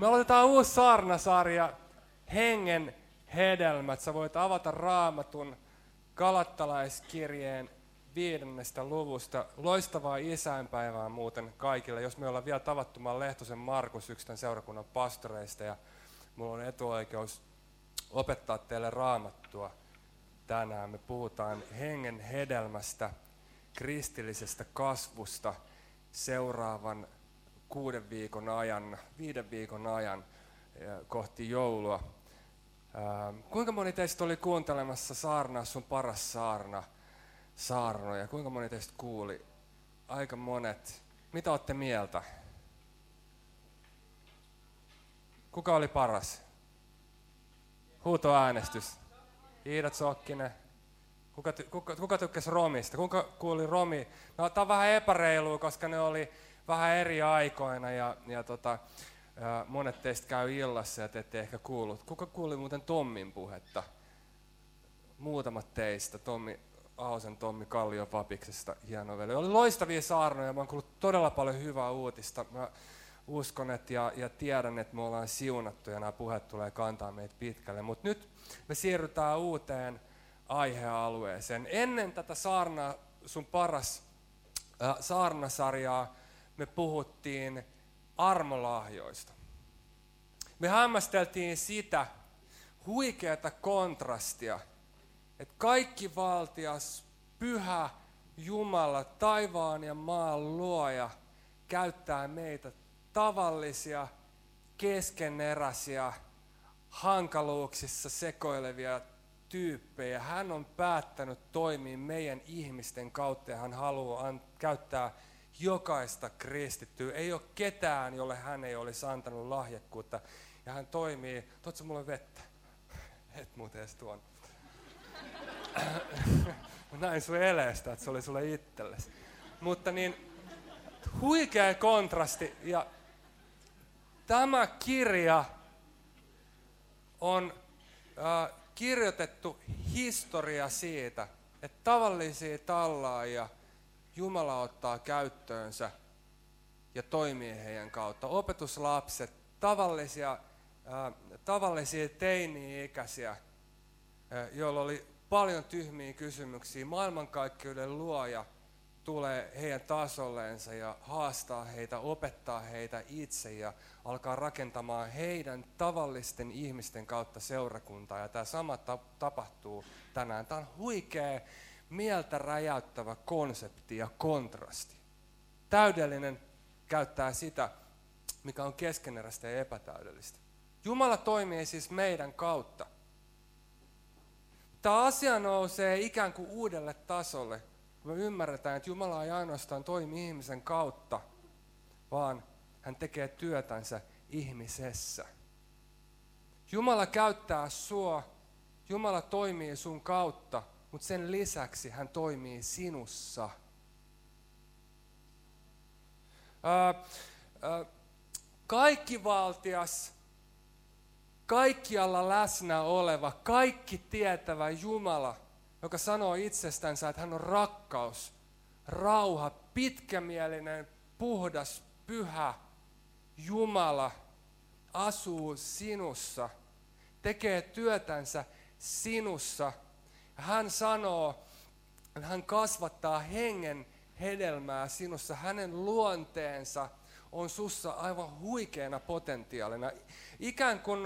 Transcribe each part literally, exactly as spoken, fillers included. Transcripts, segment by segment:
Me aloitetaan uusi saarnasarja, Hengen hedelmät. Sä voit avata Raamatun Galattalaiskirjeen viidennestä luvusta. Loistavaa isänpäivää muuten kaikille. Jos me ollaan vielä tavattu, mä olen Lehtosen Markus, yksi tämän seurakunnan pastoreista, ja mulla on etuoikeus opettaa teille Raamattua tänään. Me puhutaan hengen hedelmästä, kristillisestä kasvusta seuraavan kuuden viikon ajan, viiden viikon ajan kohti joulua. Ää, kuinka moni teistä oli kuuntelemassa Saarnaa sun paras saarna, saarnoja? Kuinka moni teistä kuuli? Aika monet. Mitä olette mieltä? Kuka oli paras? Huutoäänestys. Iida Zokkinen. Kuka, ty- kuka, kuka tykkäsi Romista? Kuka kuuli Romi? No, tää on vähän epäreilua, koska ne oli vähän eri aikoina ja, ja tota, ää, monet teistä käy illassa ja te ette ehkä kuullut. Kuka kuuli muuten Tommin puhetta? Muutamat teistä. Tommi Ahosen Tommi Kallion Papiksesta, hieno veli. Oli loistavia saarnoja, mä oon kuullut todella paljon hyvää uutista. Mä uskon et ja, ja tiedän, että me ollaan siunattu ja nämä puheet tulee kantaa meitä pitkälle. Mutta nyt me siirrytään uuteen aihealueeseen. Ennen tätä saarnaa, sun paras äh, saarnasarjaa, me puhuttiin armolahjoista. Me hämmästeltiin sitä huikeata kontrastia, että kaikki valtias, pyhä Jumala, taivaan ja maan luoja, käyttää meitä tavallisia, keskeneräisiä, hankaluuksissa sekoilevia tyyppejä. Hän on päättänyt toimia meidän ihmisten kautta ja hän haluaa an- käyttää jokaista kristittyä. Ei ole ketään, jolle hän ei olisi antanut lahjakkuutta. Ja hän toimii, tuotko mulle vettä? Et muuten edes tuon. Näin sun eleestä, että se oli sulle itsellesi. Mutta niin, huikea kontrasti. Ja tämä kirja on äh, kirjoitettu historia siitä, että tavallisia tallaajia Jumala ottaa käyttöönsä ja toimii heidän kautta. Opetuslapset, tavallisia, äh, tavallisia teini-ikäisiä, äh, joilla oli paljon tyhmiä kysymyksiä. Maailmankaikkeuden luoja tulee heidän tasolleensa ja haastaa heitä, opettaa heitä itse ja alkaa rakentamaan heidän tavallisten ihmisten kautta seurakuntaa. Ja tämä sama ta- tapahtuu tänään. Tämä on huikea, mieltä räjäyttävä konsepti ja kontrasti. Täydellinen käyttää sitä, mikä on keskeneräistä ja epätäydellistä. Jumala toimii siis meidän kautta. Tämä asia nousee ikään kuin uudelle tasolle. Me ymmärretään, että Jumala ei ainoastaan toimi ihmisen kautta, vaan hän tekee työtänsä ihmisessä. Jumala käyttää sua, Jumala toimii sun kautta, mutta sen lisäksi hän toimii sinussa. Ää, ää, kaikkivaltias, kaikkialla läsnä oleva, kaikki tietävä Jumala, joka sanoo itsestänsä, että hän on rakkaus, rauha, pitkämielinen, puhdas, pyhä Jumala asuu sinussa, tekee työtänsä sinussa. Hän sanoo, että hän kasvattaa hengen hedelmää sinussa. Hänen luonteensa on sussa aivan huikeana potentiaalina. Ikään kuin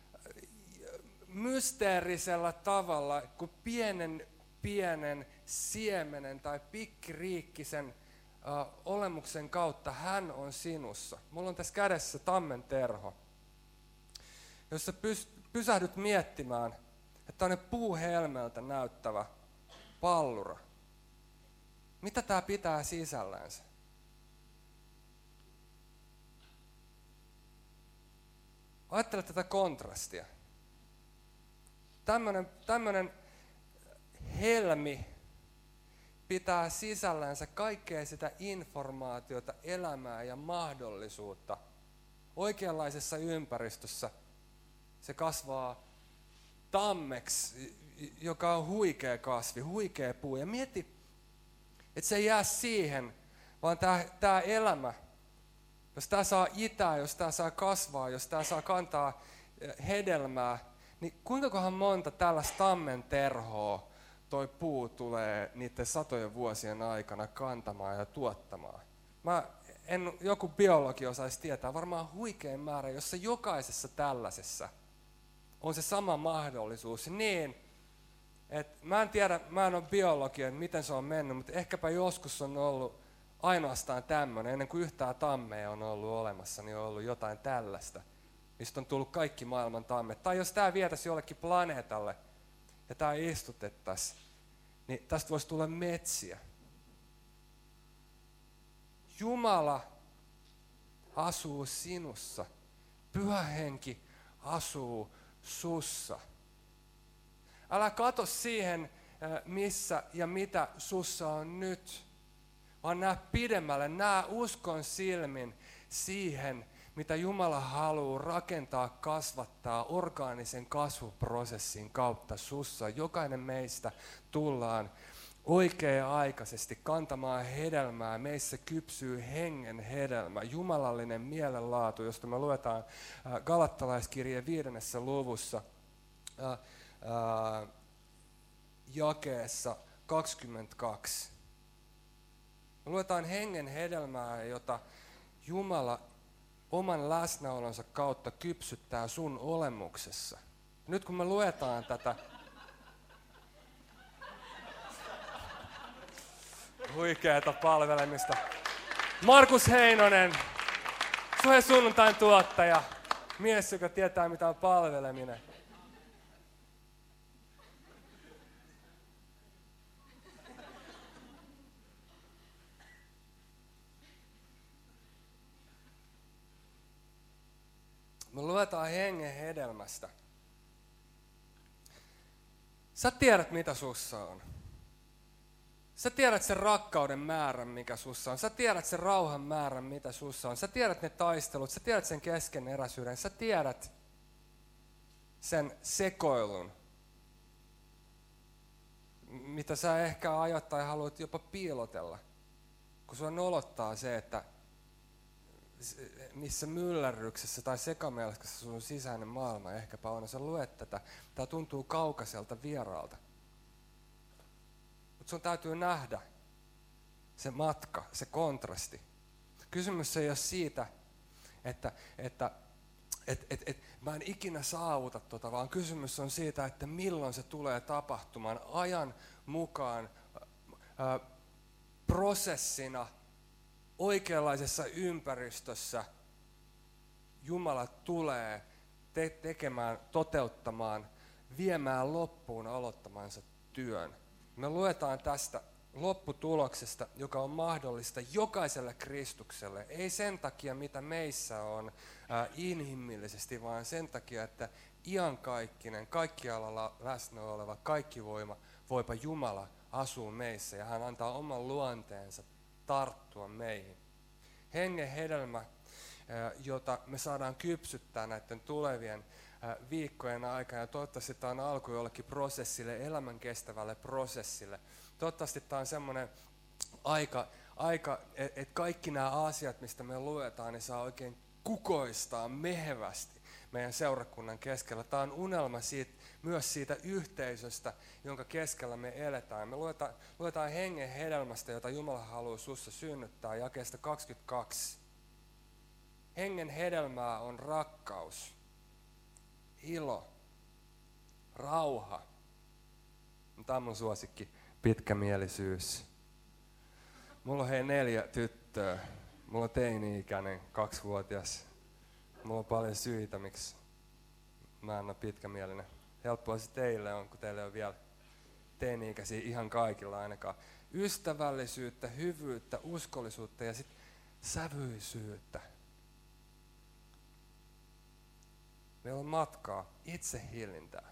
mysteerisellä tavalla, kun pienen, pienen siemenen tai pikkiriikkisen uh, olemuksen kautta hän on sinussa. Mulla on tässä kädessä tammen terho, jos sä pys, pysähdyt miettimään, että on puuhelmeltä näyttävä pallura. Mitä tää pitää sisällänsä? Ajattele tätä kontrastia. Tämmönen, tämmönen helmi pitää sisällänsä kaikkea sitä informaatiota, elämää ja mahdollisuutta. Oikeanlaisessa ympäristössä se kasvaa tammeksi, joka on huikea kasvi, huikea puu. Ja mieti, että se ei jää siihen, vaan tämä elämä jos tää saa itää, jos tää saa kasvaa, jos tää saa kantaa hedelmää, niin kuinkakohan monta tällaista tammen terhoa toi puu tulee niiden satojen vuosien aikana kantamaan ja tuottamaan? Mä en, joku biologi osaisi tietää, varmaan huikein määrä, jossa jokaisessa tällaisessa on se sama mahdollisuus niin, että mä en tiedä, mä en ole biologi, että miten se on mennyt, mutta ehkäpä joskus on ollut ainoastaan tämmöinen, ennen kuin yhtään tammea on ollut olemassa, niin on ollut jotain tällaista, mistä on tullut kaikki maailman tammet. Tai jos tämä vietäisi jollekin planeetalle ja tämä istutettaisiin, niin tästä voisi tulla metsiä. Jumala asuu sinussa. Pyhä Henki asuu sussa. Älä kato siihen, missä ja mitä sussa on nyt, vaan näe pidemmälle, näe uskon silmin siihen, mitä Jumala haluaa rakentaa, kasvattaa orgaanisen kasvuprosessin kautta sussa. Jokainen meistä tullaan oikea-aikaisesti kantamaan hedelmää. Meissä kypsyy hengen hedelmä, jumalallinen mielenlaatu, josta me luetaan Galattalaiskirjeen viidennessä luvussa ää, ää, jakeessa kaksikymmentäkaksi. Me luetaan hengen hedelmää, jota Jumala oman läsnäolonsa kautta kypsyttää sun olemuksessa. Nyt kun me luetaan tätä, huikeeta palvelemista. Markus Heinonen, Suhe Sunnuntain tuottaja, mies, joka tietää mitä on palveleminen. Me luetaan hengen hedelmästä. Sä tiedät mitä sussa on. Sä tiedät sen rakkauden määrän, mikä sussa on. Sä tiedät sen rauhan määrän, mitä sussa on. Sä tiedät ne taistelut, sä tiedät sen keskeneräisyyden. Sä tiedät sen sekoilun, mitä sä ehkä ajat tai haluat jopa piilotella. Kun sua nolottaa se, että missä myllerryksessä tai sekamelskassa sun sisäinen maailma ehkäpä on. Sä luet tätä, tää tuntuu kaukaiselta vieraalta. Mutta sun täytyy nähdä se matka, se kontrasti. Kysymys ei ole siitä, että, että et, et, et, mä en ikinä saavuta tota, vaan kysymys on siitä, että milloin se tulee tapahtumaan ajan mukaan, ää, prosessina, oikeanlaisessa ympäristössä. Jumala tulee te- tekemään, toteuttamaan, viemään loppuun aloittamansa työn. Me luetaan tästä lopputuloksesta, joka on mahdollista jokaiselle Kristukselle. Ei sen takia, mitä meissä on äh, inhimillisesti, vaan sen takia, että iankaikkinen, kaikkialalla läsnä oleva, kaikki voima, voipa Jumala asuu meissä ja hän antaa oman luonteensa tarttua meihin. Hengen hedelmä, äh, jota me saadaan kypsyttää näiden tulevien viikkojen aikana, ja toivottavasti tämä on alku jollekin prosessille, elämän kestävälle prosessille. Toivottavasti tämä on semmoinen aika, aika että et kaikki nämä asiat, mistä me luetaan, ne saa oikein kukoistaa mehevästi meidän seurakunnan keskellä. Tämä on unelma siitä, myös siitä yhteisöstä, jonka keskellä me eletään. Me luetaan, luetaan hengen hedelmästä, jota Jumala haluaa sussa synnyttää, jakeesta kaksikymmentäkaksi. Hengen hedelmää on rakkaus, ilo, rauha. Tämä on mun suosikki, pitkämielisyys. Mulla on hei neljä tyttöä. Mulla on teini-ikäinen, kaksivuotias. Mulla on paljon syitä, miksi mä en ole pitkämielinen. Helppoa se teille on, kun teille on vielä teini-ikäisiä ihan kaikilla ainakaan. Ystävällisyyttä, hyvyyttä, uskollisuutta ja sitten sävyisyyttä. Meillä on matkaa itsehillintää.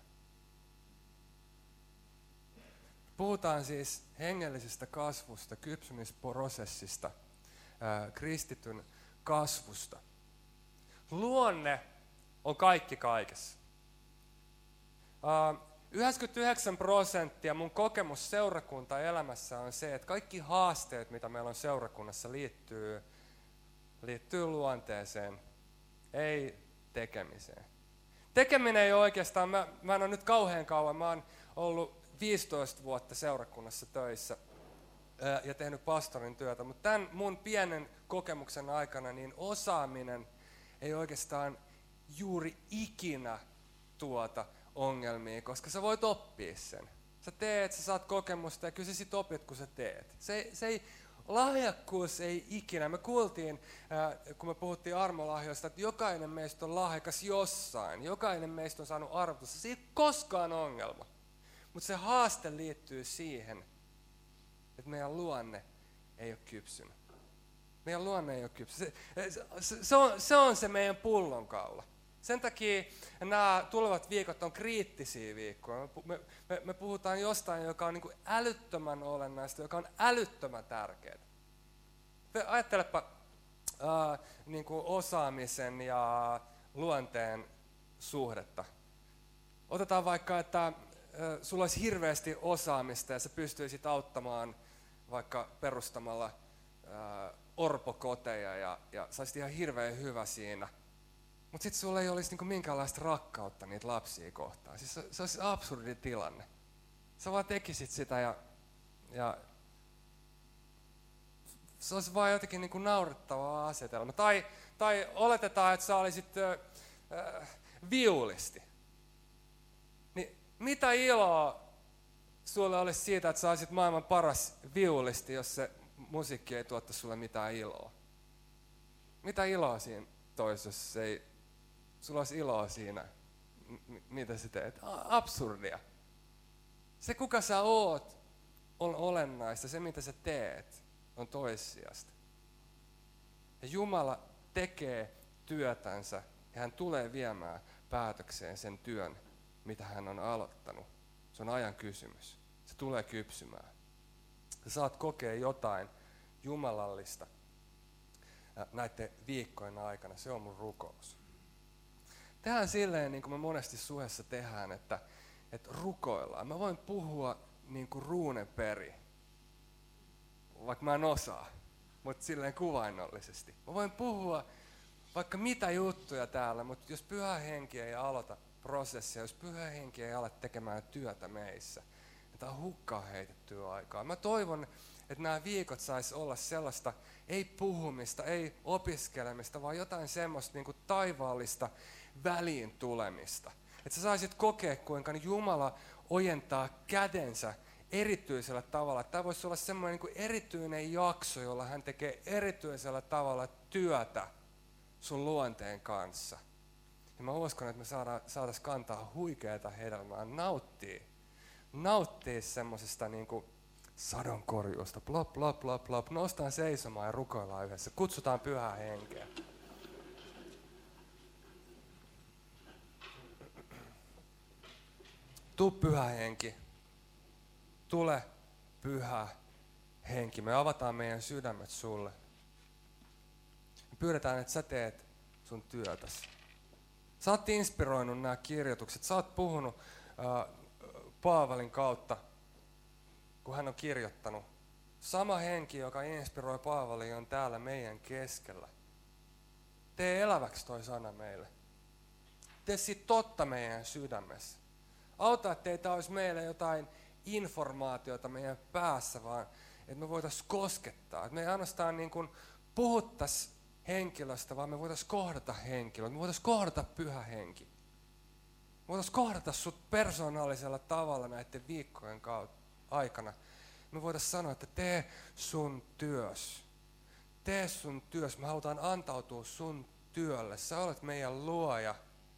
Puhutaan siis hengellisestä kasvusta, kypsymisprosessista, ää, kristityn kasvusta. Luonne on kaikki kaikessa. Ää, yhdeksänkymmentäyhdeksän prosenttia mun kokemus seurakuntaelämässä on se, että kaikki haasteet, mitä meillä on seurakunnassa, liittyy liittyy luonteeseen, ei tekemiseen. Tekeminen ei oikeastaan, mä, mä en ole nyt kauhean kauan, mä oon ollut viisitoista vuotta seurakunnassa töissä ää, ja tehnyt pastorin työtä, mutta tämän mun pienen kokemuksen aikana niin osaaminen ei oikeastaan juuri ikinä tuota ongelmia, koska sä voit oppia sen. Sä teet, sä saat kokemusta ja kyllä sä sit opit, kun sä teet. Se, se ei, lahjakkuus ei ikinä. Me kuultiin, ää, kun me puhuttiin armolahjoista, että jokainen meistä on lahjakas jossain. Jokainen meistä on saanut arvotusta. Se ei ole koskaan ongelma. Mutta se haaste liittyy siihen, että meidän luonne ei ole kypsynyt. Meidän luonne ei ole kypsynyt. Se, se, se, on, se on se meidän pullonkaula. Sen takia nämä tulevat viikot on kriittisiä viikkoja. Me, me, me puhutaan jostain, joka on niin kuin älyttömän olennaista, joka on älyttömän tärkeää. Ajattelepa ää, niin kuin osaamisen ja luonteen suhdetta. Otetaan vaikka, että ää, sulla olisi hirveästi osaamista ja sä pystyisit auttamaan vaikka perustamalla ää, orpokoteja ja, ja sä olisit ihan hirveän hyvä siinä. Mutta sitten sulla ei olisi niinku minkäänlaista rakkautta niitä lapsia kohtaan. Siis se, se olisi absurdi tilanne. Sä vaan tekisit sitä ja, ja se olisi vaan jotenkin niinku naurettava asetelma. Tai, tai oletetaan, että sä olisit äh, viulisti. Niin mitä iloa sulle olisi siitä, että sä olisit maailman paras viulisti, jos se musiikki ei tuotta sulle mitään iloa? Mitä iloa siinä toisi, jos ei sulla olisi iloa siinä, M- mitä sä teet? Absurdia. Se, kuka sä oot, on olennaista. Se, mitä sä teet, on toissijasta. Ja Jumala tekee työtänsä ja hän tulee viemään päätökseen sen työn, mitä hän on aloittanut. Se on ajan kysymys. Se tulee kypsymään. Sä saat kokea jotain jumalallista näiden viikkojen aikana. Se on mun rukous. Tehdään silleen, niin kuin me monesti suhessa tehdään, että, että rukoillaan. Mä voin puhua niin kuin Ruuneperi, vaikka mä en osaa, mutta silleen kuvainnollisesti. Mä voin puhua vaikka mitä juttuja täällä, mutta jos Pyhä Henki ei aloita prosessia, jos Pyhä Henki ei ala tekemään työtä meissä, niin tää on hukkaan heitettyä aikaa. Mä toivon, että nämä viikot sais olla sellaista ei puhumista, ei opiskelemista, vaan jotain semmoista niin kuin taivaallista väliin tulemista. Että sä saisit kokea, kuinka Jumala ojentaa kädensä erityisellä tavalla. Tämä voisi olla semmoinen niin kuin erityinen jakso, jolla hän tekee erityisellä tavalla työtä sun luonteen kanssa. Ja mä uskon, että me saadaan, saataisiin kantaa huikeata hedelmää, nauttia, nauttia semmoisesta niin kuin sadonkorjuusta, plop, plop, plop, plop, noustaan seisomaan ja rukoillaan yhdessä, kutsutaan Pyhää Henkeä. Tuu Pyhä Henki, tule Pyhä Henki, me avataan meidän sydämet sulle. Me pyydetään, että sä teet sun työtäsi. Sä oot inspiroinut nämä kirjoitukset, sä oot puhunut äh, Paavalin kautta, kun hän on kirjoittanut. Sama henki, joka inspiroi Paavalia, on täällä meidän keskellä. Tee eläväksi toi sana meille. Tee siitä totta meidän sydämessä. Auta, ettei tää olisi meille jotain informaatiota meidän päässä, vaan että me voitaisiin koskettaa. Että me ei ainoastaan niin kuin puhuttaisi henkilöstä, vaan me voitaisiin kohdata henkilöä. Me voitaisiin kohdata Pyhä Henki. Me voitaisiin kohdata sut persoonallisella tavalla näiden viikkojen kautta. Aikana. Me voitaisiin sanoa, että tee sun työs. Tee sun työs. Me halutaan antautua sun työlle. Sä olet meidän luoja.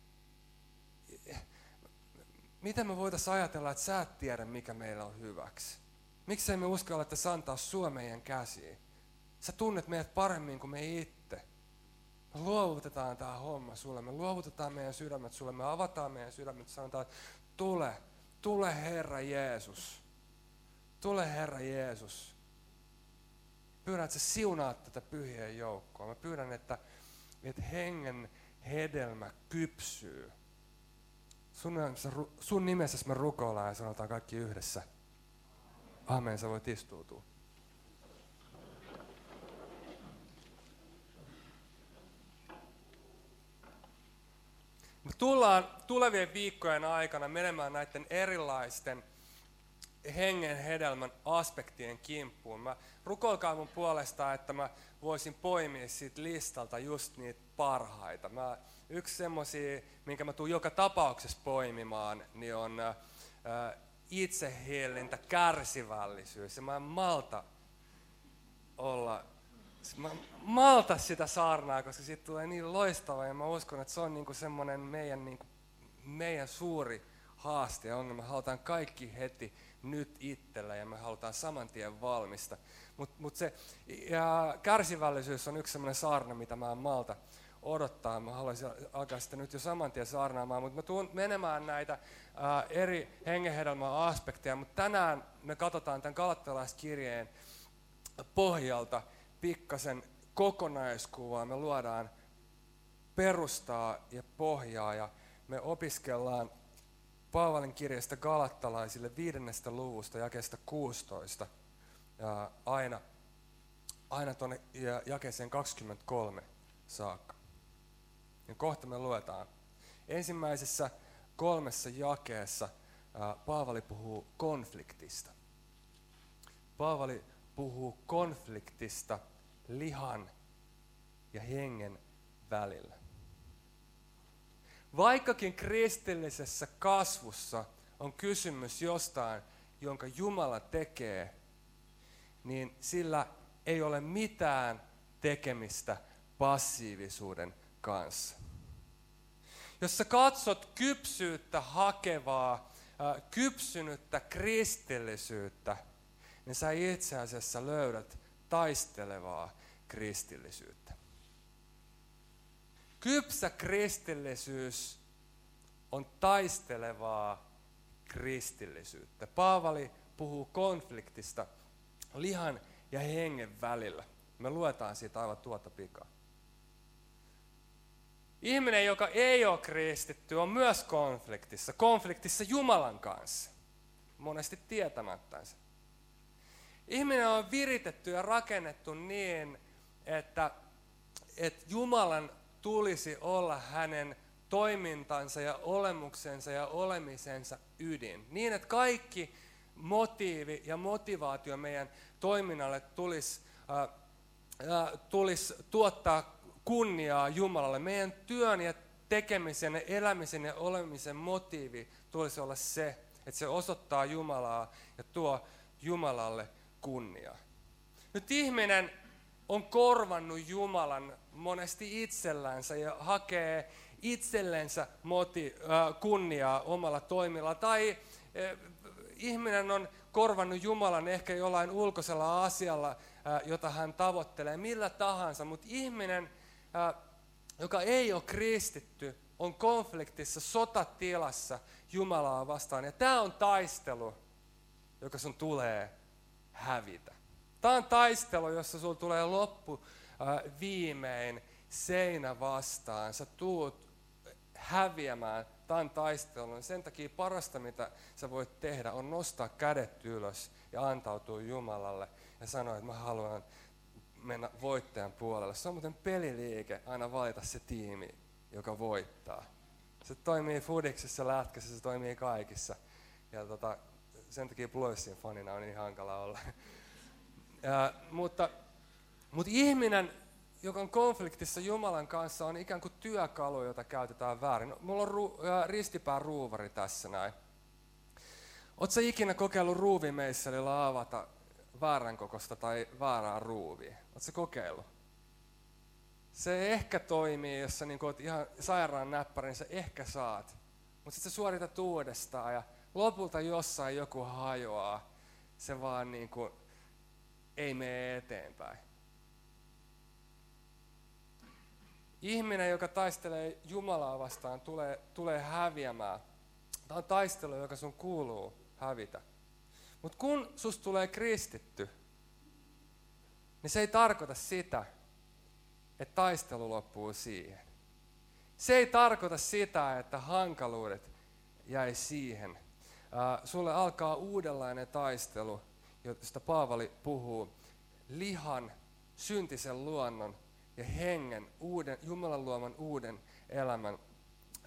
Miten me voitaisiin ajatella, että sä et tiedä, mikä meillä on hyväksi? Miksei me uskalla, että sä antaa sua meidän käsiin? Sä tunnet meidät paremmin kuin me itse. Me luovutetaan tää homma sulle. Me luovutetaan meidän sydämet sulle. Me avataan meidän sydämet. Sanotaan, että tule, tule Herra Jeesus. Tule Herra Jeesus. Pyydän, että sä siunaat tätä pyhien joukkoa. Mä pyydän, että, että hengen hedelmä kypsyy. Sun, sun nimessäsi me rukoillaan ja sanotaan kaikki yhdessä. Amen, sä voit istuutua. Me tullaan tulevien viikkojen aikana menemään näiden erilaisten hengen hedelmän aspektien kimppuun. Mä rukoilkaa mun puolesta, että mä voisin poimia siitä listalta just niitä parhaita. Mä, yksi semmosia, minkä mä tuun joka tapauksessa poimimaan, niin on ää, itsehillintä, kärsivällisyys. Ja mä en malta olla, mä en malta sitä saarnaa, koska siitä tulee niin loistava ja mä uskon, että se on niinku semmoinen meidän, niinku, meidän suuri haaste ja ongelma. Me halutaan kaikki heti nyt itsellä ja me halutaan saman tien valmista. Mutta mut se ja kärsivällisyys on yksi semmoinen saarna, mitä mä en malta odottaa. Mä haluaisin alkaa sitä nyt jo saman tien saarnaamaan, mutta mä tuun menemään näitä ää, eri hengenhedelmän aspekteja, mutta tänään me katsotaan tämän galattalaiskirjeen pohjalta pikkasen kokonaiskuvaa. Me luodaan perustaa ja pohjaa ja me opiskellaan Paavalin kirjasta galattalaisille viidennestä luvusta jakeesta kuusitoista ja aina, aina tuonne jakeeseen kaksikymmentäkolme saakka. Ja kohta me luetaan. Ensimmäisessä kolmessa jakeessa ää, Paavali puhuu konfliktista. Paavali puhuu konfliktista lihan ja hengen välillä. Vaikkakin kristillisessä kasvussa on kysymys jostain, jonka Jumala tekee, niin sillä ei ole mitään tekemistä passiivisuuden kanssa. Jos sä katsot kypsyyttä hakevaa, äh, kypsynyttä kristillisyyttä, niin sä itse asiassa löydät taistelevaa kristillisyyttä. Kypsä kristillisyys on taistelevaa kristillisyyttä. Paavali puhuu konfliktista lihan ja hengen välillä. Me luetaan siitä aivan tuota pikaa. Ihminen, joka ei ole kristitty, on myös konfliktissa. Konfliktissa Jumalan kanssa. Monesti tietämättänsä. Ihminen on viritetty ja rakennettu niin, että, että Jumalan tulisi olla hänen toimintansa ja olemuksensa ja olemisensa ydin. Niin, että kaikki motiivi ja motivaatio meidän toiminnalle tulisi, äh, äh, tulisi tuottaa kunniaa Jumalalle. Meidän työn ja tekemisen ja elämisen ja olemisen motiivi tulisi olla se, että se osoittaa Jumalaa ja tuo Jumalalle kunniaa. Nyt ihminen on korvannut Jumalan monesti itsellänsä ja hakee itsellensä moti, äh, kunniaa omalla toimilla. Tai äh, ihminen on korvannut Jumalan ehkä jollain ulkoisella asialla, äh, jota hän tavoittelee, millä tahansa. Mutta ihminen, äh, joka ei ole kristitty, on konfliktissa, sotatilassa Jumalaa vastaan. Ja tämä on taistelu, joka sun tulee hävitä. Tämä on taistelu, jossa sulla tulee loppu äh, viimein seinä vastaan. Sä tuut häviämään tämän taistelun. Sen takia parasta, mitä sä voit tehdä, on nostaa kädet ylös ja antautua Jumalalle ja sanoa, että mä haluan mennä voittajan puolelle. Se on muuten peliliike aina valita se tiimi, joka voittaa. Se toimii fudiksessa, lätkässä, se toimii kaikissa. Ja tota, sen takia Bluesin fanina on niin hankala olla. Ja, mutta, mutta ihminen, joka on konfliktissa Jumalan kanssa, on ikään kuin työkalu, jota käytetään väärin. No, mulla on ru, ää, ristipään ruuvari tässä näin. Ootko ikinä kokeillut ruuvimeisselillä avata väärän kokosta tai väärää ruuvia? Ootko kokeillut? Se ehkä toimii, jos sä niin oot ihan sairaan näppäri, niin sä ehkä saat. Mutta sitten sä suoritat uudestaan ja lopulta jossain joku hajoaa. Se vaan niin kuin ei mene eteenpäin. Ihminen, joka taistelee Jumalaa vastaan, tulee, tulee häviämään. Tämä on taistelu, joka sun kuuluu hävitä. Mutta kun susta tulee kristitty, niin se ei tarkoita sitä, että taistelu loppuu siihen. Se ei tarkoita sitä, että hankaluudet jäi siihen. Äh, sulle alkaa uudenlainen taistelu, josta Paavali puhuu, lihan, syntisen luonnon ja hengen, uuden, Jumalan luoman uuden elämän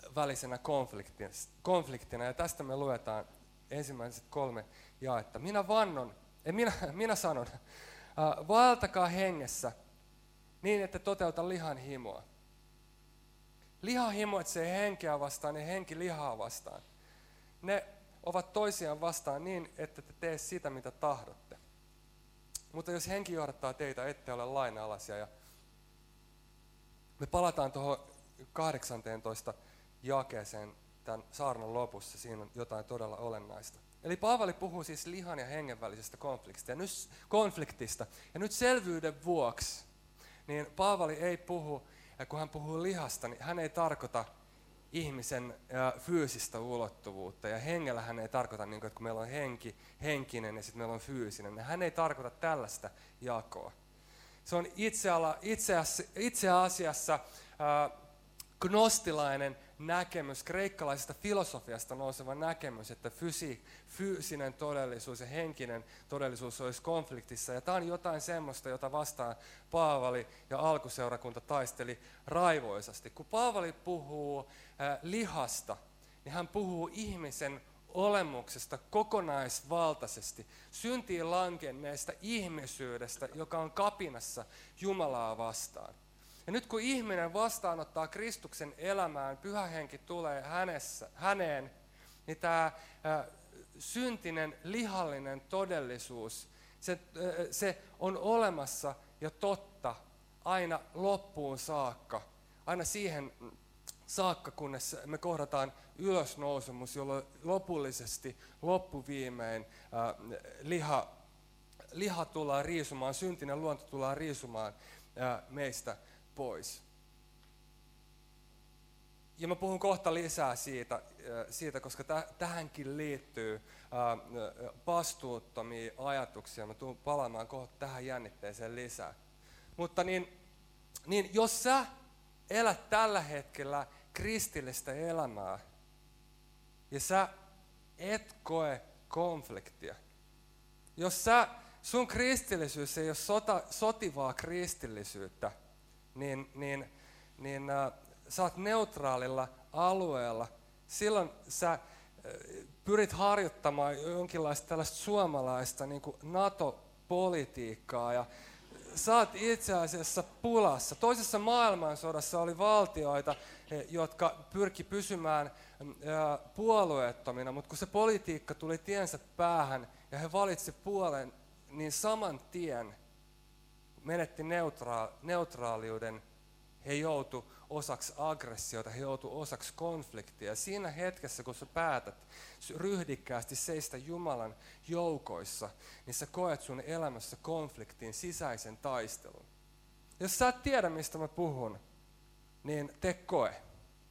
välisenä konfliktina. Ja tästä me luetaan ensimmäiset kolme jaetta. Minä vannon, ei minä, minä sanon, uh, vaeltakaa hengessä niin, että toteuta lihan himoa. Liha himoitsee henkeä vastaan ja henki lihaa vastaan. Ne ovat toisiaan vastaan niin, että te tee sitä, mitä tahdotte. Mutta jos henki johdattaa teitä, ette ole lainalaisia. Ja me palataan tuohon kahdeksanteentoista jakeeseen tämän saarnan lopussa. Siinä on jotain todella olennaista. Eli Paavali puhuu siis lihan ja hengen välisestä konfliktista. Ja nyt, konfliktista. Ja nyt selvyyden vuoksi, niin Paavali ei puhu, ja kun hän puhuu lihasta, niin hän ei tarkoita ihmisen fyysistä ulottuvuutta. Ja hengellä hän ei tarkoita, niin kuin, että kun meillä on henki, henkinen ja sitten meillä on fyysinen, niin hän ei tarkoita tällaista jakoa. Se on itse, ala, itse, itse asiassa äh, gnostilainen näkemys, kreikkalaisesta filosofiasta nouseva näkemys, että fysi, fyysinen todellisuus ja henkinen todellisuus olisi konfliktissa. Ja tämä on jotain semmoista, jota vastaan Paavali ja alkuseurakunta taisteli raivoisasti. Kun Paavali puhuu äh, lihasta, niin hän puhuu ihmisen olemuksesta kokonaisvaltaisesti, syntiin lankenneesta ihmisyydestä, joka on kapinassa Jumalaa vastaan. Ja nyt kun ihminen vastaanottaa Kristuksen elämään, Pyhä Henki tulee hänessä, häneen, niin tämä ä, syntinen, lihallinen todellisuus, se, ä, se on olemassa ja totta aina loppuun saakka, aina siihen saakka, kunnes me kohdataan ylösnousemus, jolloin lopullisesti, loppuviimein ä, liha, liha tullaan riisumaan, syntinen luonto tullaan riisumaan ä, meistä pois. Ja mä puhun kohta lisää siitä, siitä koska tähänkin liittyy vastuuttomia ajatuksia. Mä tuun palaamaan kohta tähän jännitteeseen lisää. Mutta niin, niin jos sä elät tällä hetkellä kristillistä elämää ja sä et koe konfliktia, jos sä, sun kristillisyys ei ole sota, sotivaa kristillisyyttä, niin, niin, niin äh, sä oot neutraalilla alueella. Silloin sä äh, pyrit harjoittamaan jonkinlaista tällaista suomalaista niin kuin NATO-politiikkaa ja sä oot itse asiassa pulassa. Toisessa maailmansodassa oli valtioita, jotka pyrki pysymään äh, puolueettomina, mutta kun se politiikka tuli tiensä päähän ja he valitsi puolen, niin saman tien menetti neutra- neutraaliuden, he joutu osaksi aggressiota, he joutu osaksi konfliktia. Ja siinä hetkessä, kun sä päätät ryhdikkäästi seistä Jumalan joukoissa, niin sä koet sun elämässä konfliktin, sisäisen taistelun. Jos sä et tiedä, mistä mä puhun, niin tee koe.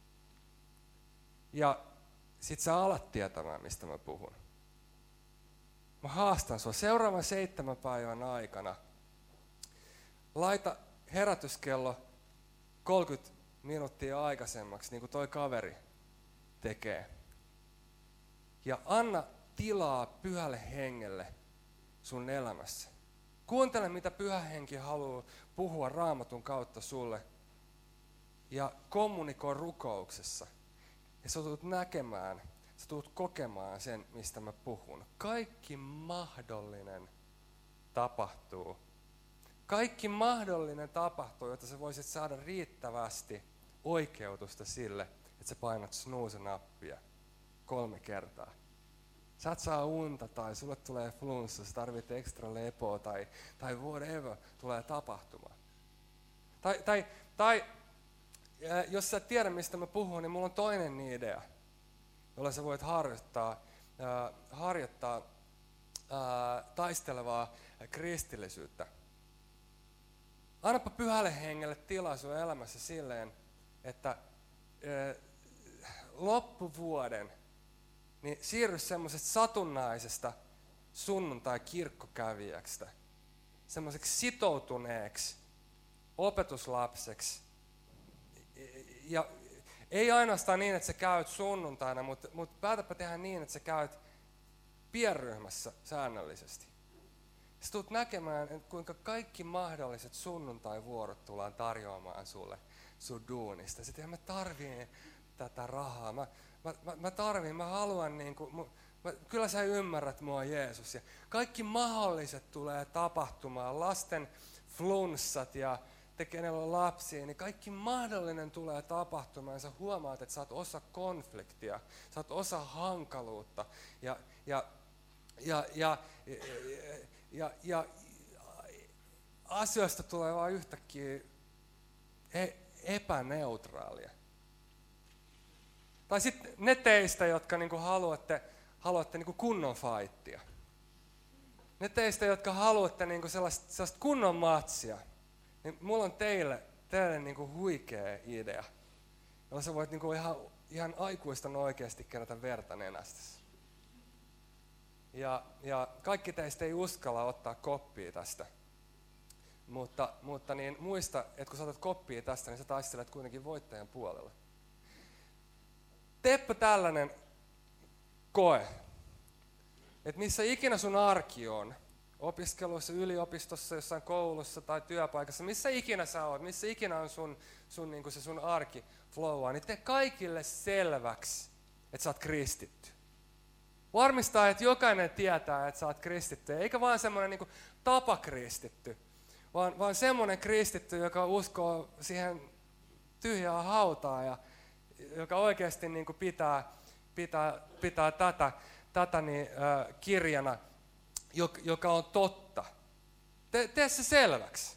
Ja sit sä alat tietämään, mistä mä puhun. Mä haastan sua seuraavan seitsemän päivän aikana. Laita herätyskello kolmekymmentä minuuttia aikaisemmaksi, niin kuin toi kaveri tekee. Ja anna tilaa Pyhälle Hengelle sun elämässä. Kuuntele, mitä Pyhä Henki haluaa puhua Raamatun kautta sulle. Ja kommunikoi rukouksessa. Ja sä tulet näkemään, sä tulet kokemaan sen, mistä mä puhun. Kaikki mahdollinen tapahtuu. Kaikki mahdollinen tapahtuu, jotta sä voisit saada riittävästi oikeutusta sille, että sä painat snooze-nappia kolme kertaa. Sä et saa unta tai sulle tulee flunssa, sä tarvit ekstra lepoa tai, tai whatever tulee tapahtumaan. Tai, tai, tai jos sä et tiedä, mistä mä puhun, niin mulla on toinen idea, jolla sä voit harjoittaa, äh, harjoittaa äh, taistelevaa kristillisyyttä. Annapa Pyhälle Hengelle tilaa sun elämässä silleen, että äh, loppuvuoden niin siirry semmoisesta satunnaisesta sunnuntai-kirkkokävijäksi, semmoiseksi sitoutuneeksi opetuslapseksi. Ja ei ainoastaan niin, että sä käyt sunnuntaina, mutta, mutta päätäpä tehdä niin, että sä käyt pienryhmässä säännöllisesti. Sä tulet näkemään, että kuinka kaikki mahdolliset sunnuntaivuorot tullaan tarjoamaan sulle sun duunista. Sitten mä tarviin tätä rahaa. Mä, mä, mä, mä tarvin, mä haluan, niin kuin, mä, kyllä sä ymmärrät mua Jeesus. Ja kaikki mahdolliset tulee tapahtumaan, lasten flunssat ja te, kenellä on lapsia, niin kaikki mahdollinen tulee tapahtumaan ja sä huomaat, että sä oot osa konfliktia, sä oot osa hankaluutta ja, ja, ja, ja, ja, ja, ja asioista tulee vaan yhtäkkiä epäneutraalia. Tai sitten ne teistä, jotka niinku haluatte, haluatte niinku kunnon fightia. Ne teistä, jotka haluatte niinku sellaista, sellaista kunnon matsia, niin mulla on teille, teille niinku huikea idea, jolla sä voit niinku ihan, ihan aikuisten oikeasti kerätä verta nenästäsi. Ja, ja kaikki teistä ei uskalla ottaa koppia tästä. Mutta, mutta niin muista, että kun sä otat koppia tästä, niin sä taistelet kuitenkin voittajan puolella. Teepä tällainen koe, että missä ikinä sun arki on, opiskelussa, yliopistossa, jossain koulussa tai työpaikassa, missä ikinä sä oot, missä ikinä on sun, sun, niin kuin se sun arki flowaa, niin tee kaikille selväksi, että sä oot kristitty. Varmistaa, että jokainen tietää, että sä oot kristitty, eikä vaan semmoinen niin kuin tapakristitty, vaan, vaan semmoinen kristitty, joka uskoo siihen tyhjään hautaan ja joka oikeasti niin kuin pitää, pitää, pitää tätä, tätä niin, äh, kirjana, joka, joka on totta. Te, tee se selväksi.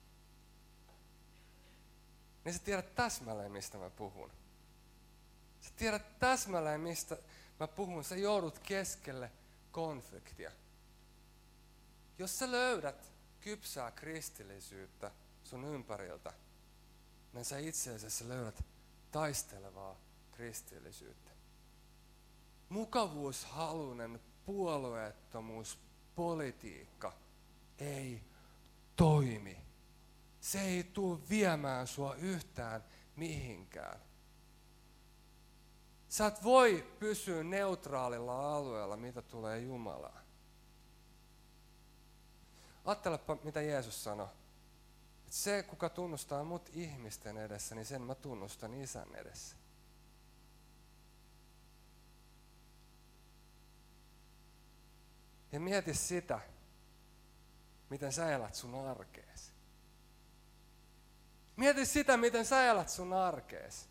Niin sä tiedät täsmälleen, mistä mä puhun. Sä tiedät täsmälleen, mistä mä puhun. Sä joudut keskelle konfliktia. Jos sä löydät kypsää kristillisyyttä sun ympäriltä, niin sä itse asiassa löydät taistelevaa kristillisyyttä. Mukavuushaluinen puolueettomuuspolitiikka ei toimi. Se ei tule viemään sua yhtään mihinkään. Sä et voi pysyä neutraalilla alueella, mitä tulee Jumalaan. Ajattelepa, mitä Jeesus sanoi. Että se, kuka tunnustaa mut ihmisten edessä, niin sen mä tunnustan Isän edessä. Ja mieti sitä, miten sä elät sun arkeesi. Mieti sitä, miten sä elät sun arkeesi.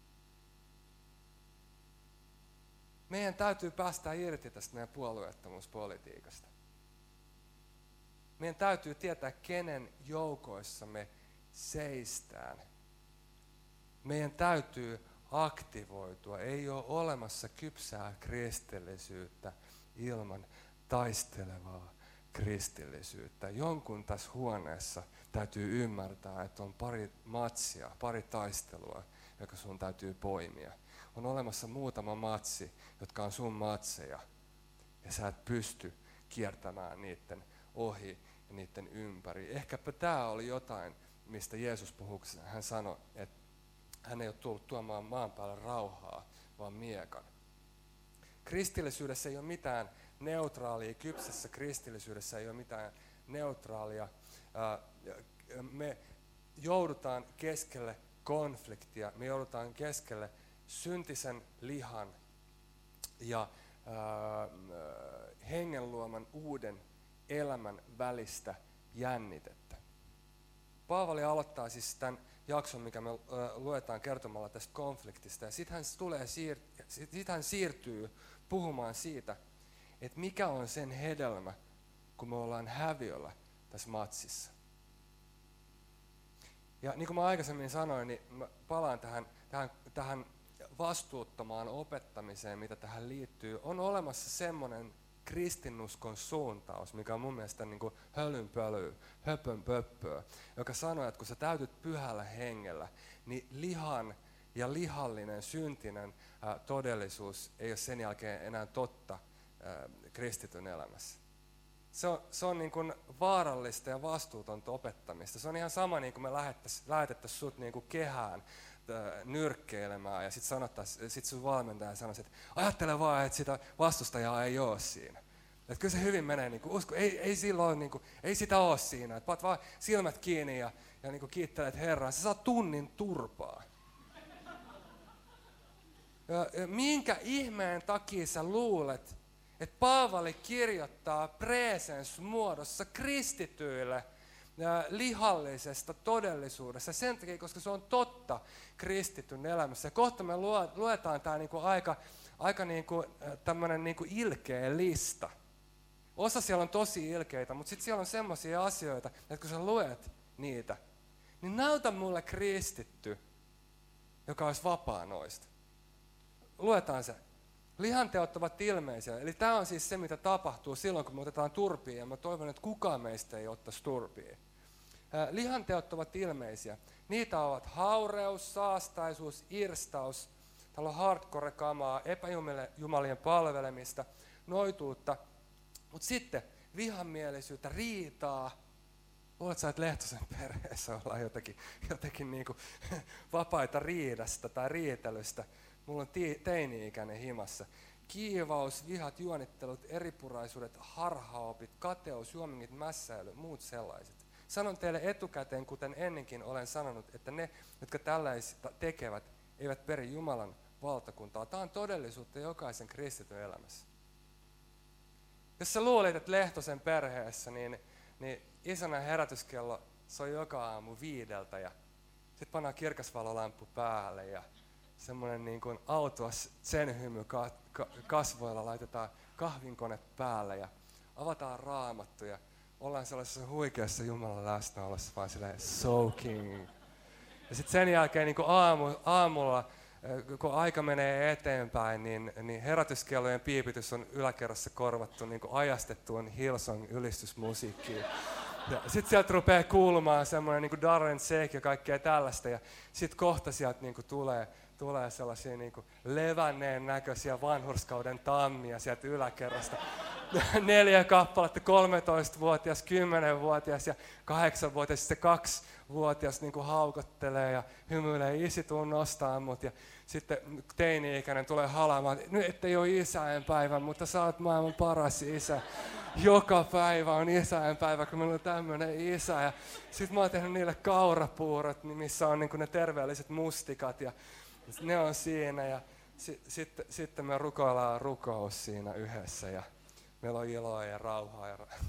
Meidän täytyy päästä irti tästä meidän puolueettomuuspolitiikasta. Meidän täytyy tietää, kenen joukoissa me seistään. Meidän täytyy aktivoitua. Ei ole olemassa kypsää kristillisyyttä ilman taistelevaa kristillisyyttä. Jonkun tässä huoneessa täytyy ymmärtää, että on pari matsia, pari taistelua, joka sun täytyy poimia. On olemassa muutama matsi, jotka on sun matseja, ja sä et pysty kiertämään niiden ohi ja niiden ympäri. Ehkäpä tämä oli jotain, mistä Jeesus puhui, hän sanoi, että hän ei ole tullut tuomaan maan päälle rauhaa, vaan miekan. Kristillisyydessä ei ole mitään neutraalia, kypsässä kristillisyydessä ei ole mitään neutraalia. Me joudutaan keskelle konfliktia, me joudutaan keskelle syntisen lihan ja hengen luoman uuden elämän välistä jännitettä. Paavali aloittaa siis tämän jakson, mikä me luetaan kertomalla tästä konfliktista, ja sitten hän, tulee siir- sit hän siirtyy puhumaan siitä, että mikä on sen hedelmä, kun me ollaan häviöllä tässä matsissa. Ja niin kuin mä aikaisemmin sanoin, niin mä palaan tähän, tähän, tähän vastuuttomaan opettamiseen, mitä tähän liittyy. On olemassa semmoinen kristinuskon suuntaus, mikä on mun mielestä niin kuin hölynpölyä, höpönpöppöä, joka sanoo, että kun sä täytyt pyhällä hengellä, niin lihan ja lihallinen syntinen ää, todellisuus ei ole sen jälkeen enää totta ää, kristityn elämässä. Se on, se on niin kuin vaarallista ja vastuutonta opettamista. Se on ihan sama, niin kuin me lähetettäisiin sut niin kuin kehään nyrkkeilemään ja sitten sanottaisiin, sit sun valmentaja sanoisi, että ajattele vaan, että sitä vastustajaa ei ole siinä. Että kyllä se hyvin menee, niin kuin, usko, ei, ei, silloin, niin kuin, ei sitä ole siinä. Että paat vaan silmät kiinni ja, ja niin kuin kiittelet Herraa, sä saat tunnin turpaa. Minkä ihmeen takia sä luulet, että Paavali kirjoittaa presens muodossa kristityille lihallisesta todellisuudessa? Sen takia, koska se on totta kristityn elämässä. Ja kohta me luetaan tämä niinku aika, aika niinku, tämmöinen niinku ilkeä lista. Osa siellä on tosi ilkeitä, mutta sitten siellä on semmoisia asioita, että kun sä luet niitä, niin näytä mulle kristitty, joka olisi vapaa noista. Luetaan se. Lihanteot ovat ilmeisiä. Eli tämä on siis se, mitä tapahtuu silloin, kun me otetaan turpiin, ja mä toivon, että kukaan meistä ei ottaisi turpiin. Lihanteot ovat ilmeisiä. Niitä ovat haureus, saastaisuus, irstaus, täällä on hardcore-kamaa, epäjumalien palvelemista, noituutta, mutta sitten vihamielisyyttä, riitaa. Luulet sä, että Lehtosen perheessä ollaan jotenkin, jotenkin niinku vapaita riidasta tai riitelystä. Mulla on teini-ikäinen himassa. Kiivaus, vihat, juonittelut, eripuraisuudet, harhaopit, kateus, juomingit, mässäily, muut sellaiset. Sanon teille etukäteen, kuten ennenkin olen sanonut, että ne, jotka tällaista tekevät, eivät peri Jumalan valtakuntaa. Tämä on todellisuutta jokaisen kristityn elämässä. Jos sä luulit, että Lehtosen perheessä, niin, niin isänä herätyskello soi joka aamu viideltä ja sitten pannaan kirkasvalolamppu päälle ja semmoinen niin kuin autuas zen-hymy ka- ka- kasvoilla, laitetaan kahvinkone päälle ja avataan Raamattu ja ollaan sellaisessa huikeassa Jumalan läsnäolossa vaan silleen soaking. Ja sitten sen jälkeen niin kuin aamu, aamulla, kun aika menee eteenpäin, niin, niin herätyskellojen piipitys on yläkerrassa korvattu niin kuin ajastettuun Hillsong ylistysmusiikkiin. Sitten sieltä rupeaa kuulumaan semmoinen niin kuin Darren Shake ja kaikkea tällaista ja sitten kohta sieltä niin kuin tulee Tulee sellaisia niin kuin levänneen näköisiä vanhurskauden tammia sieltä yläkerrasta. Neljä kappaletta, kolmetoistavuotias, kymmenvuotias ja kahdeksanvuotias, sitten kaksivuotias niin kuin haukottelee ja hymyilee, isi tuu nostaa mut. Ja sitten teini-ikäinen tulee halaamaan, nyt ettei ole isänpäivä, mutta sä oot maailman paras isä. Joka päivä on isänpäivä, kun meillä on tämmöinen isä. Ja sitten mä oon tehnyt niille kaurapuurot, missä on niin kuin ne terveelliset mustikat. Ja ne on siinä ja sitten sit, sit me rukoillaan rukous siinä yhdessä ja meillä on iloa ja rauhaa. Ja ra-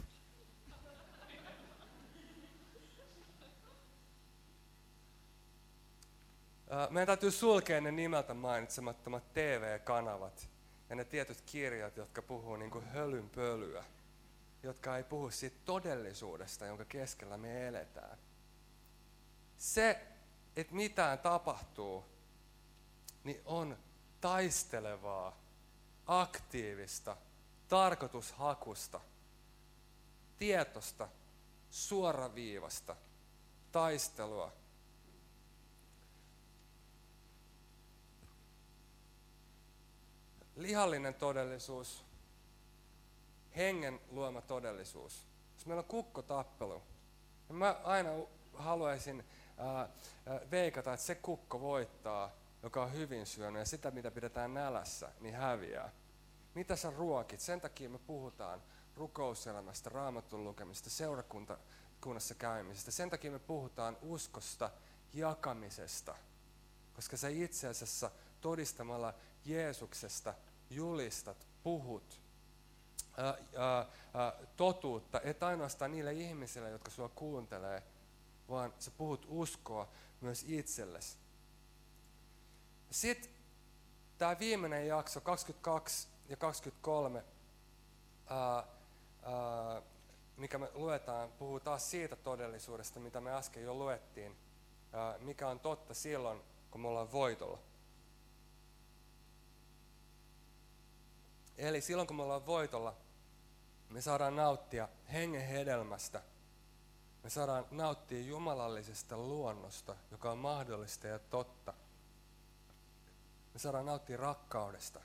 Meidän täytyy sulkea ne nimeltä mainitsemattomat T V-kanavat ja ne tietyt kirjat, jotka puhuu niin kuin hölynpölyä, jotka ei puhu siitä todellisuudesta, jonka keskellä me eletään. Se, että mitään tapahtuu, niin on taistelevaa, aktiivista, tarkoitushakusta, tietosta, suoraviivasta taistelua. Lihallinen todellisuus, hengen luoma todellisuus. Jos meillä on kukkotappelu, niin mä aina haluaisin ää, veikata, että se kukko voittaa, joka on hyvin syönyt ja sitä, mitä pidetään nälässä, niin häviää. Mitä sä ruokit? Sen takia me puhutaan rukouselämästä, Raamatun lukemista, seurakunnassa käymisestä. Sen takia me puhutaan uskosta, jakamisesta, koska sä itse asiassa todistamalla Jeesuksesta julistat, puhut ää, ää, ää, totuutta, et ainoastaan niille ihmisille, jotka sua kuuntelee, vaan sä puhut uskoa myös itsellesi. Sitten tämä viimeinen jakso, kaksikymmentäkaksi ja kaksikymmentäkolme, ää, ää, mikä me luetaan, puhuu taas siitä todellisuudesta, mitä me äsken jo luettiin, ää, mikä on totta silloin, kun me ollaan voitolla. Eli silloin, kun me ollaan voitolla, me saadaan nauttia hengen hedelmästä. Me saadaan nauttia jumalallisesta luonnosta, joka on mahdollista ja totta. Me saadaan nauttia rakkaudesta.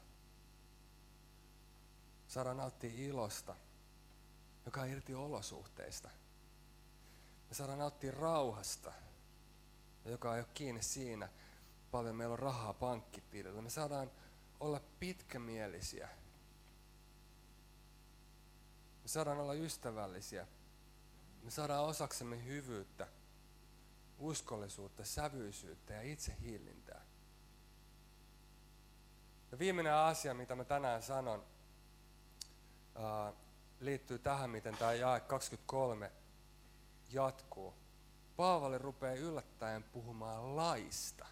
Me saadaan nauttia ilosta, joka on irti olosuhteista. Me saadaan nauttia rauhasta, joka ei ole kiinni siinä, paljon meillä on rahaa pankkitilillä. Me saadaan olla pitkämielisiä. Me saadaan olla ystävällisiä. Me saadaan osaksemme hyvyyttä, uskollisuutta, sävyisyyttä ja itsehillintää. Ja viimeinen asia, mitä mä tänään sanon, ää, liittyy tähän, miten tämä jae kaksikymmentäkolme jatkuu. Paavali rupeaa yllättäen puhumaan laista,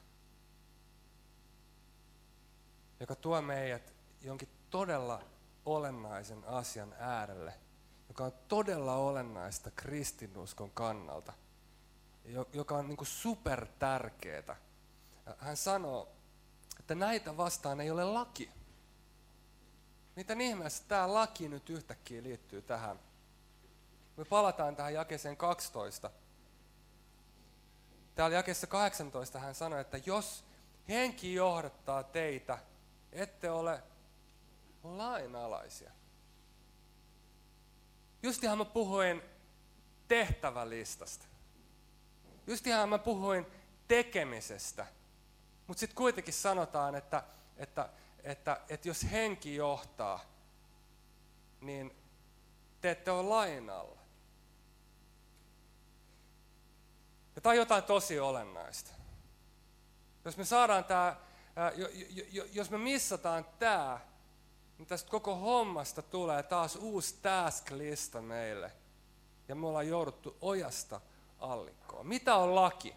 joka tuo meidät jonkin todella olennaisen asian äärelle, joka on todella olennaista kristinuskon kannalta, joka on niin kuin super tärkeää. Hän sanoo, että näitä vastaan ei ole laki. Miten ihmeessä tämä laki nyt yhtäkkiä liittyy tähän? Me palataan tähän jakeeseen kaksitoista. Täällä jakeessa kahdeksantoista hän sanoi, että jos henki johdattaa teitä, ette ole lainalaisia. Justihan mä puhuin tehtävälistasta. Justihan mä puhuin tekemisestä. Mutta sitten kuitenkin sanotaan, että, että, että, että jos henki johtaa, niin te ette ole lain alla. Ja tämä on jotain tosi olennaista. Jos me saadaan tää, jos me missataan tämä, niin tästä koko hommasta tulee taas uusi task-lista meille. Ja me ollaan jouduttu ojasta allikkoon. Mitä on laki?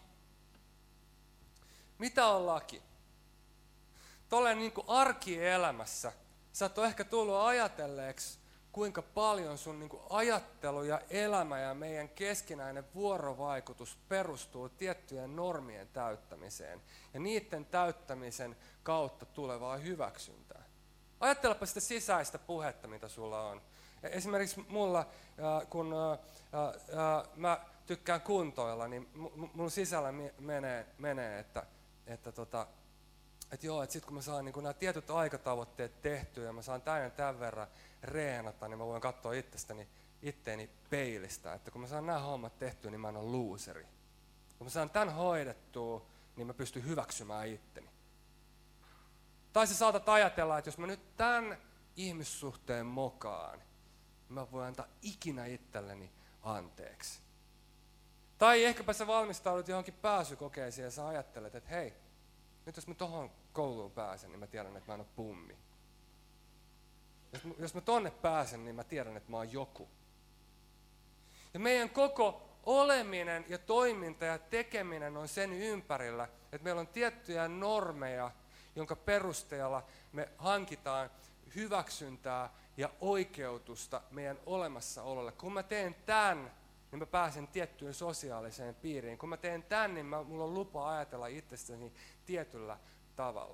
Mitä on laki? Tolleen niin kuin arkielämässä sä et ole ehkä tullut ajatelleeksi, kuinka paljon sun niin kuin ajattelu ja elämä ja meidän keskinäinen vuorovaikutus perustuu tiettyjen normien täyttämiseen ja niiden täyttämisen kautta tulevaa hyväksyntää. Ajattelepa sitä sisäistä puhetta, mitä sulla on. Esimerkiksi mulla, kun mä tykkään kuntoilla, niin mun sisällä menee, menee että, että, tota, että joo, että sit kun mä saan niin kun nämä tietyt aikatavoitteet tehtyä ja mä saan tämän ja tämän verran reenata, niin mä voin katsoa itsestäni, itteeni peilistä, että kun mä saan nämä hommat tehtyä, niin mä en ole luuseri. Kun mä saan tämän hoidettua, niin mä pystyn hyväksymään itteni. Tai sä saatat ajatella, että jos mä nyt tämän ihmissuhteen mokaan, niin mä voin antaa ikinä itselleni anteeksi. Tai ehkäpä sä valmistaudut johonkin pääsykokeisiin ja sä ajattelet, että hei, nyt jos mä tohon kouluun pääsen, niin mä tiedän, että mä en ole pummi. Jos mä, jos mä tonne pääsen, niin mä tiedän, että mä oon joku. Ja meidän koko oleminen ja toiminta ja tekeminen on sen ympärillä, että meillä on tiettyjä normeja, jonka perusteella me hankitaan hyväksyntää ja oikeutusta meidän olemassaololle. Kun mä teen tämän, niin mä pääsen tiettyyn sosiaaliseen piiriin. Kun mä teen tämän, niin mä, mulla on lupa ajatella itsestäni tietyllä tavalla.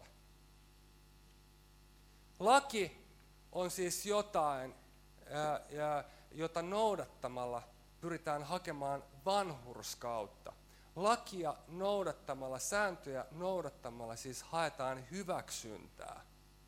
Laki on siis jotain, ää, ja, jota noudattamalla pyritään hakemaan vanhurskautta. Lakia noudattamalla, sääntöjä noudattamalla siis haetaan hyväksyntää.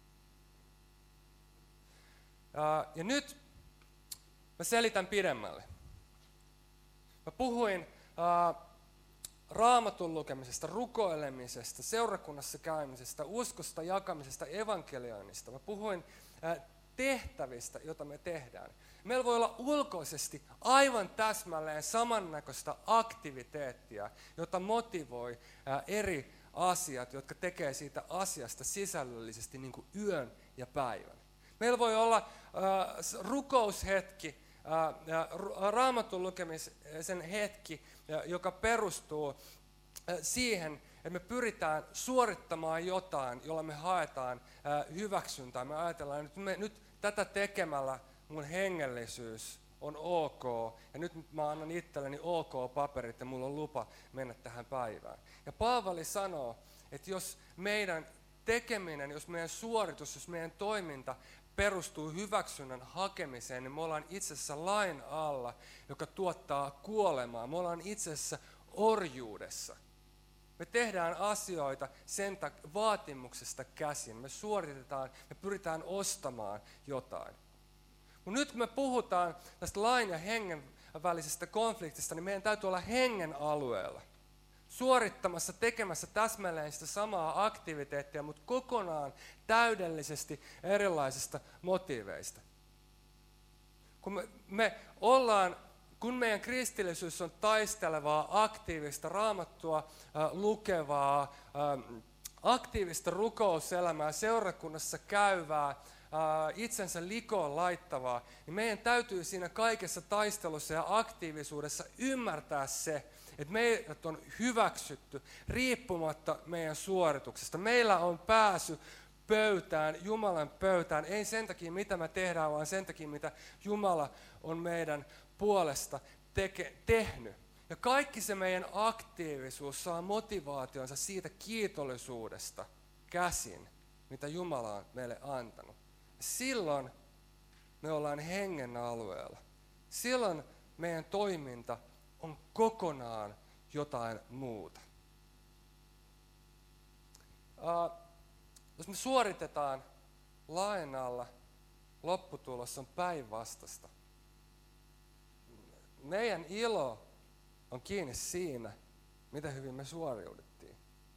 Ää, ja nyt mä selitän pidemmälle. Mä puhuin ää, Raamatun lukemisesta, rukoilemisesta, seurakunnassa käymisestä, uskosta jakamisesta, evankelioinnista. Mä puhuin ää, tehtävistä, joita me tehdään. Meillä voi olla ulkoisesti aivan täsmälleen samannäköistä aktiviteettia, jota motivoi ää, eri asiat, jotka tekee siitä asiasta sisällöllisesti niin kuin yön ja päivän. Meillä voi olla ää, rukoushetki, Raamatun lukemisen hetki, joka perustuu siihen, että me pyritään suorittamaan jotain, jolla me haetaan hyväksyntää. Me ajatellaan, että me, nyt tätä tekemällä mun hengellisyys on ok, ja nyt mä annan itselleni ok-paperit ja mulla on lupa mennä tähän päivään. Ja Paavali sanoo, että jos meidän tekeminen, jos meidän suoritus, jos meidän toiminta perustuu hyväksynnän hakemiseen, niin me ollaan itse asiassa lain alla, joka tuottaa kuolemaa. Me ollaan itse asiassa orjuudessa. Me tehdään asioita sen tak- vaatimuksesta käsin. Me suoritetaan, me pyritään ostamaan jotain. Mutta nyt kun me puhutaan tästä lain ja hengen välisestä konfliktista, niin meidän täytyy olla hengen alueella. Suorittamassa, tekemässä täsmälleen sitä samaa aktiviteettia, mutta kokonaan täydellisesti erilaisista motiiveista. Kun me, me ollaan, kun meidän kristillisyys on taistelevaa, aktiivista, raamattua äh, lukevaa, äh, aktiivista rukouselämää, seurakunnassa käyvää, ää, itsensä likoon laittavaa, niin meidän täytyy siinä kaikessa taistelussa ja aktiivisuudessa ymmärtää se, että meidät on hyväksytty riippumatta meidän suorituksesta. Meillä on pääsy pöytään, Jumalan pöytään, ei sen takia mitä me tehdään, vaan sen takia mitä Jumala on meidän puolesta teke, tehnyt. Ja kaikki se meidän aktiivisuus saa motivaationsa siitä kiitollisuudesta käsin, mitä Jumala on meille antanut. Silloin me ollaan hengen alueella. Silloin meidän toiminta on kokonaan jotain muuta. Uh, jos me suoritetaan lain alla, lopputulos on päinvastaista. Meidän ilo on kiinni siinä, miten hyvin me suoriuduttiin.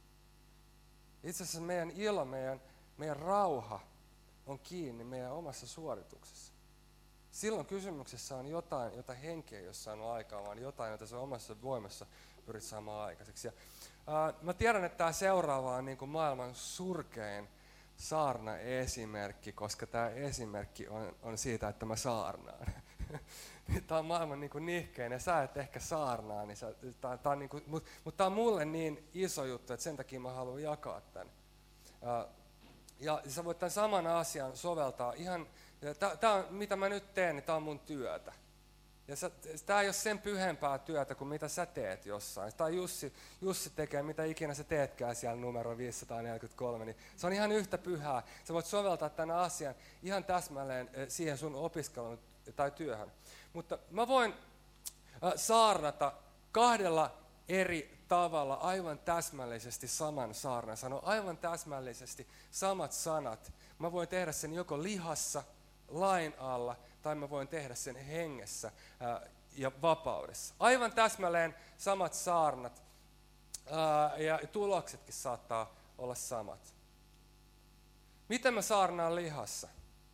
Itse asiassa meidän ilo, meidän, meidän rauha on kiinni meidän omassa suorituksessa. Silloin kysymyksessä on jotain, jota henki ei ole saanut aikaan, vaan jotain, jota se omassa voimassa pyrit saamaan aikaiseksi. Ja, ää, mä tiedän, että tämä seuraava on niin kuin maailman surkein saarna-esimerkki, koska tämä esimerkki on, on siitä, että mä saarnaan. Tämä on maailman niin kuin nihkein ja sä et ehkä saarnaa, niin niin mutta mut tämä on mulle niin iso juttu, että sen takia mä haluan jakaa tämän. Ää, ja sä voit tämän saman asian soveltaa ihan, tämä on, mitä mä nyt teen, niin tämä on mun työtä. Ja tämä ei ole sen pyhempää työtä kuin mitä sä teet jossain. Tai Jussi, Jussi tekee, mitä ikinä sä teetkään siellä numero viisisataaneljäkymmentäkolme, niin se on ihan yhtä pyhää. Sä voit soveltaa tämän asian ihan täsmälleen siihen sun opiskeluun tai työhön. Mutta mä voin saarnata kahdella eri tavalla aivan täsmällisesti saman saarnan, sanoa aivan täsmällisesti samat sanat. Mä voin tehdä sen joko lihassa, lain alla, tai mä voin tehdä sen hengessä ää, ja vapaudessa. Aivan täsmälleen samat saarnat ää, ja tuloksetkin saattaa olla samat. Miten mä saarnaan lihassa?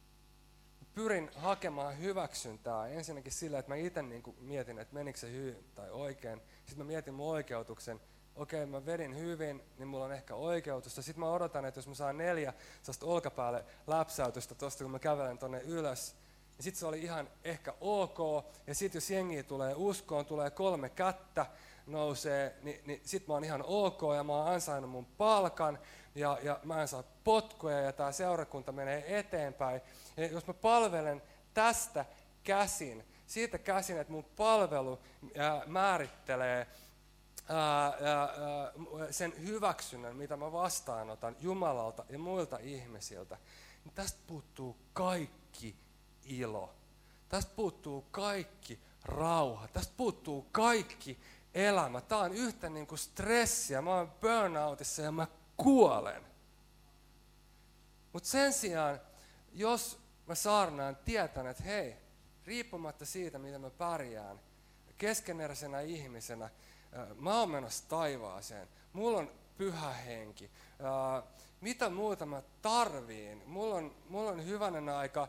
Pyrin hakemaan hyväksyntää ensinnäkin sillä, että mä itse niin kuin mietin, että menikö se hyvin tai oikein. Sitten mä mietin mun oikeutuksen. Okei, mä vedin hyvin, niin mulla on ehkä oikeutusta. Sitten mä odotan, että jos mä saan neljä sellaista olkapäälle läpsäytystä tosta, kun mä kävelen tonne ylös, niin sitten se oli ihan ehkä ok. Ja sitten jos jengi tulee uskoon, tulee kolme kättä nousee, niin, niin sitten mä oon ihan ok ja mä oon ansainnut mun palkan ja, ja mä en saa potkuja ja tää seurakunta menee eteenpäin. Ja jos mä palvelen tästä käsin, siitä käsin, että mun palvelu ää, määrittelee ää, ää, sen hyväksynnän, mitä mä vastaanotan Jumalalta ja muilta ihmisiltä, niin tästä puuttuu kaikki ilo. Tästä puuttuu kaikki rauha. Tästä puuttuu kaikki elämä. Tää on yhtä niin kuin stressiä. Mä oon burnoutissa ja mä kuolen. Mutta sen sijaan, jos mä saarnaan, tietän, että hei, riippumatta siitä, miten mä pärjään, keskeneräisenä ihmisenä, mä oon menossa taivaaseen. Mulla on pyhä henki. Mitä muuta mä tarviin? Mulla on, mulla on hyvänen aika.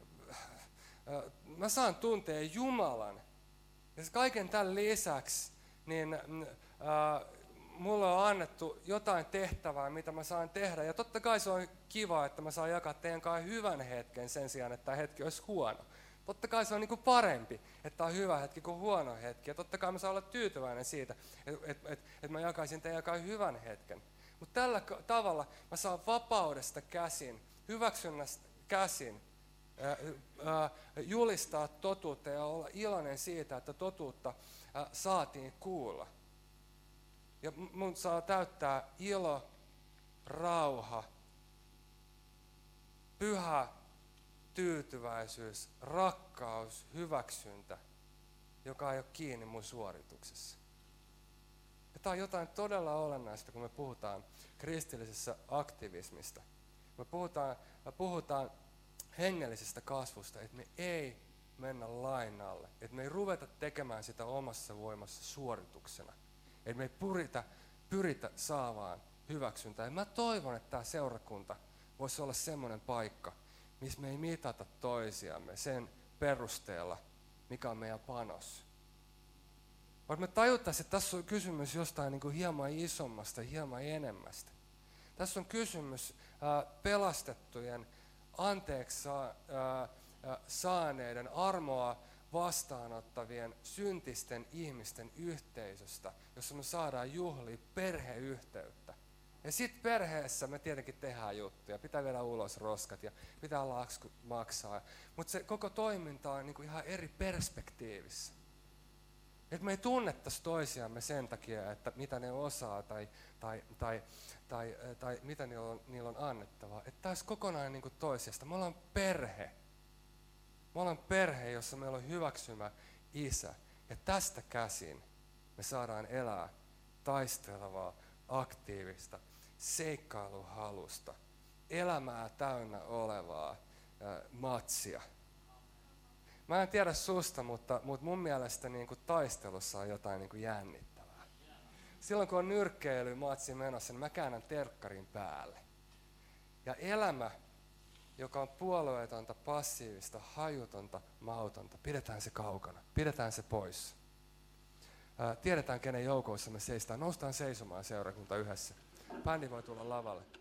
Mä saan tuntea Jumalan. Ja kaiken tämän lisäksi, niin ää, mulle on annettu jotain tehtävää, mitä mä saan tehdä. Ja totta kai se on kiva, että mä saan jakaa teidän kanssa hyvän hetken sen sijaan, että tämä hetki olisi huono. Totta kai se on niin kuin parempi, että on hyvä hetki kuin huono hetki. Ja totta kai mä saan olla tyytyväinen siitä, että et, et, et mä jakaisin teidän kanssa hyvän hetken. Mutta tällä tavalla mä saan vapaudesta käsin, hyväksynnästä käsin, ää, ää, julistaa totuutta ja olla iloinen siitä, että totuutta ää, saatiin kuulla. Ja mun saa täyttää ilo, rauha, pyhä tyytyväisyys, rakkaus, hyväksyntä, joka ei ole kiinni mun suorituksessa. Ja tämä on jotain todella olennaista, kun me puhutaan kristillisessä aktivismista. Me puhutaan, me puhutaan hengellisestä kasvusta, että me ei mennä lain alle, että me ei ruveta tekemään sitä omassa voimassa suorituksena, että me ei pyritä, pyritä saamaan hyväksyntää. Ja mä toivon, että tämä seurakunta voisi olla semmoinen paikka, missä me ei mitata toisiamme sen perusteella, mikä on meidän panos. Vaan me tajuttaisiin, että tässä on kysymys jostain niin kuin hieman isommasta, hieman enemmästä. Tässä on kysymys ää, pelastettujen, anteeksi saa, ää, ää, saaneiden, armoa vastaanottavien syntisten ihmisten yhteisöstä, jossa me saadaan juhlia perheyhteyttä. Ja sitten perheessä me tietenkin tehdään juttuja, pitää viedä ulos roskat ja pitää lasku maksaa. Mutta se koko toiminta on niinku ihan eri perspektiivissä. Että me ei tunnettaisi toisiamme sen takia, että mitä ne osaa tai, tai, tai, tai, tai mitä niillä on, niillä on annettavaa. Että tämä olisi kokonaan niinku toisesta. Me ollaan perhe. Me ollaan perhe, jossa meillä on hyväksymä isä. Ja tästä käsin me saadaan elää taistelevaa, aktiivista, seikkailuhalusta, elämää täynnä olevaa ää, matsia. Mä en tiedä susta, mutta, mutta mun mielestä niin kuin taistelussa on jotain niin kuin jännittävää. Silloin kun on nyrkkeilymatsi menossa, niin mä käännän terkkarin päälle. Ja elämä, joka on puolueetonta, passiivista, hajutonta, mautonta, pidetään se kaukana, pidetään se pois. Ää, tiedetään, kenen joukoissa me seistään. Noustaan seisomaan seurakunta yhdessä. Bändi voi tulla lavalle.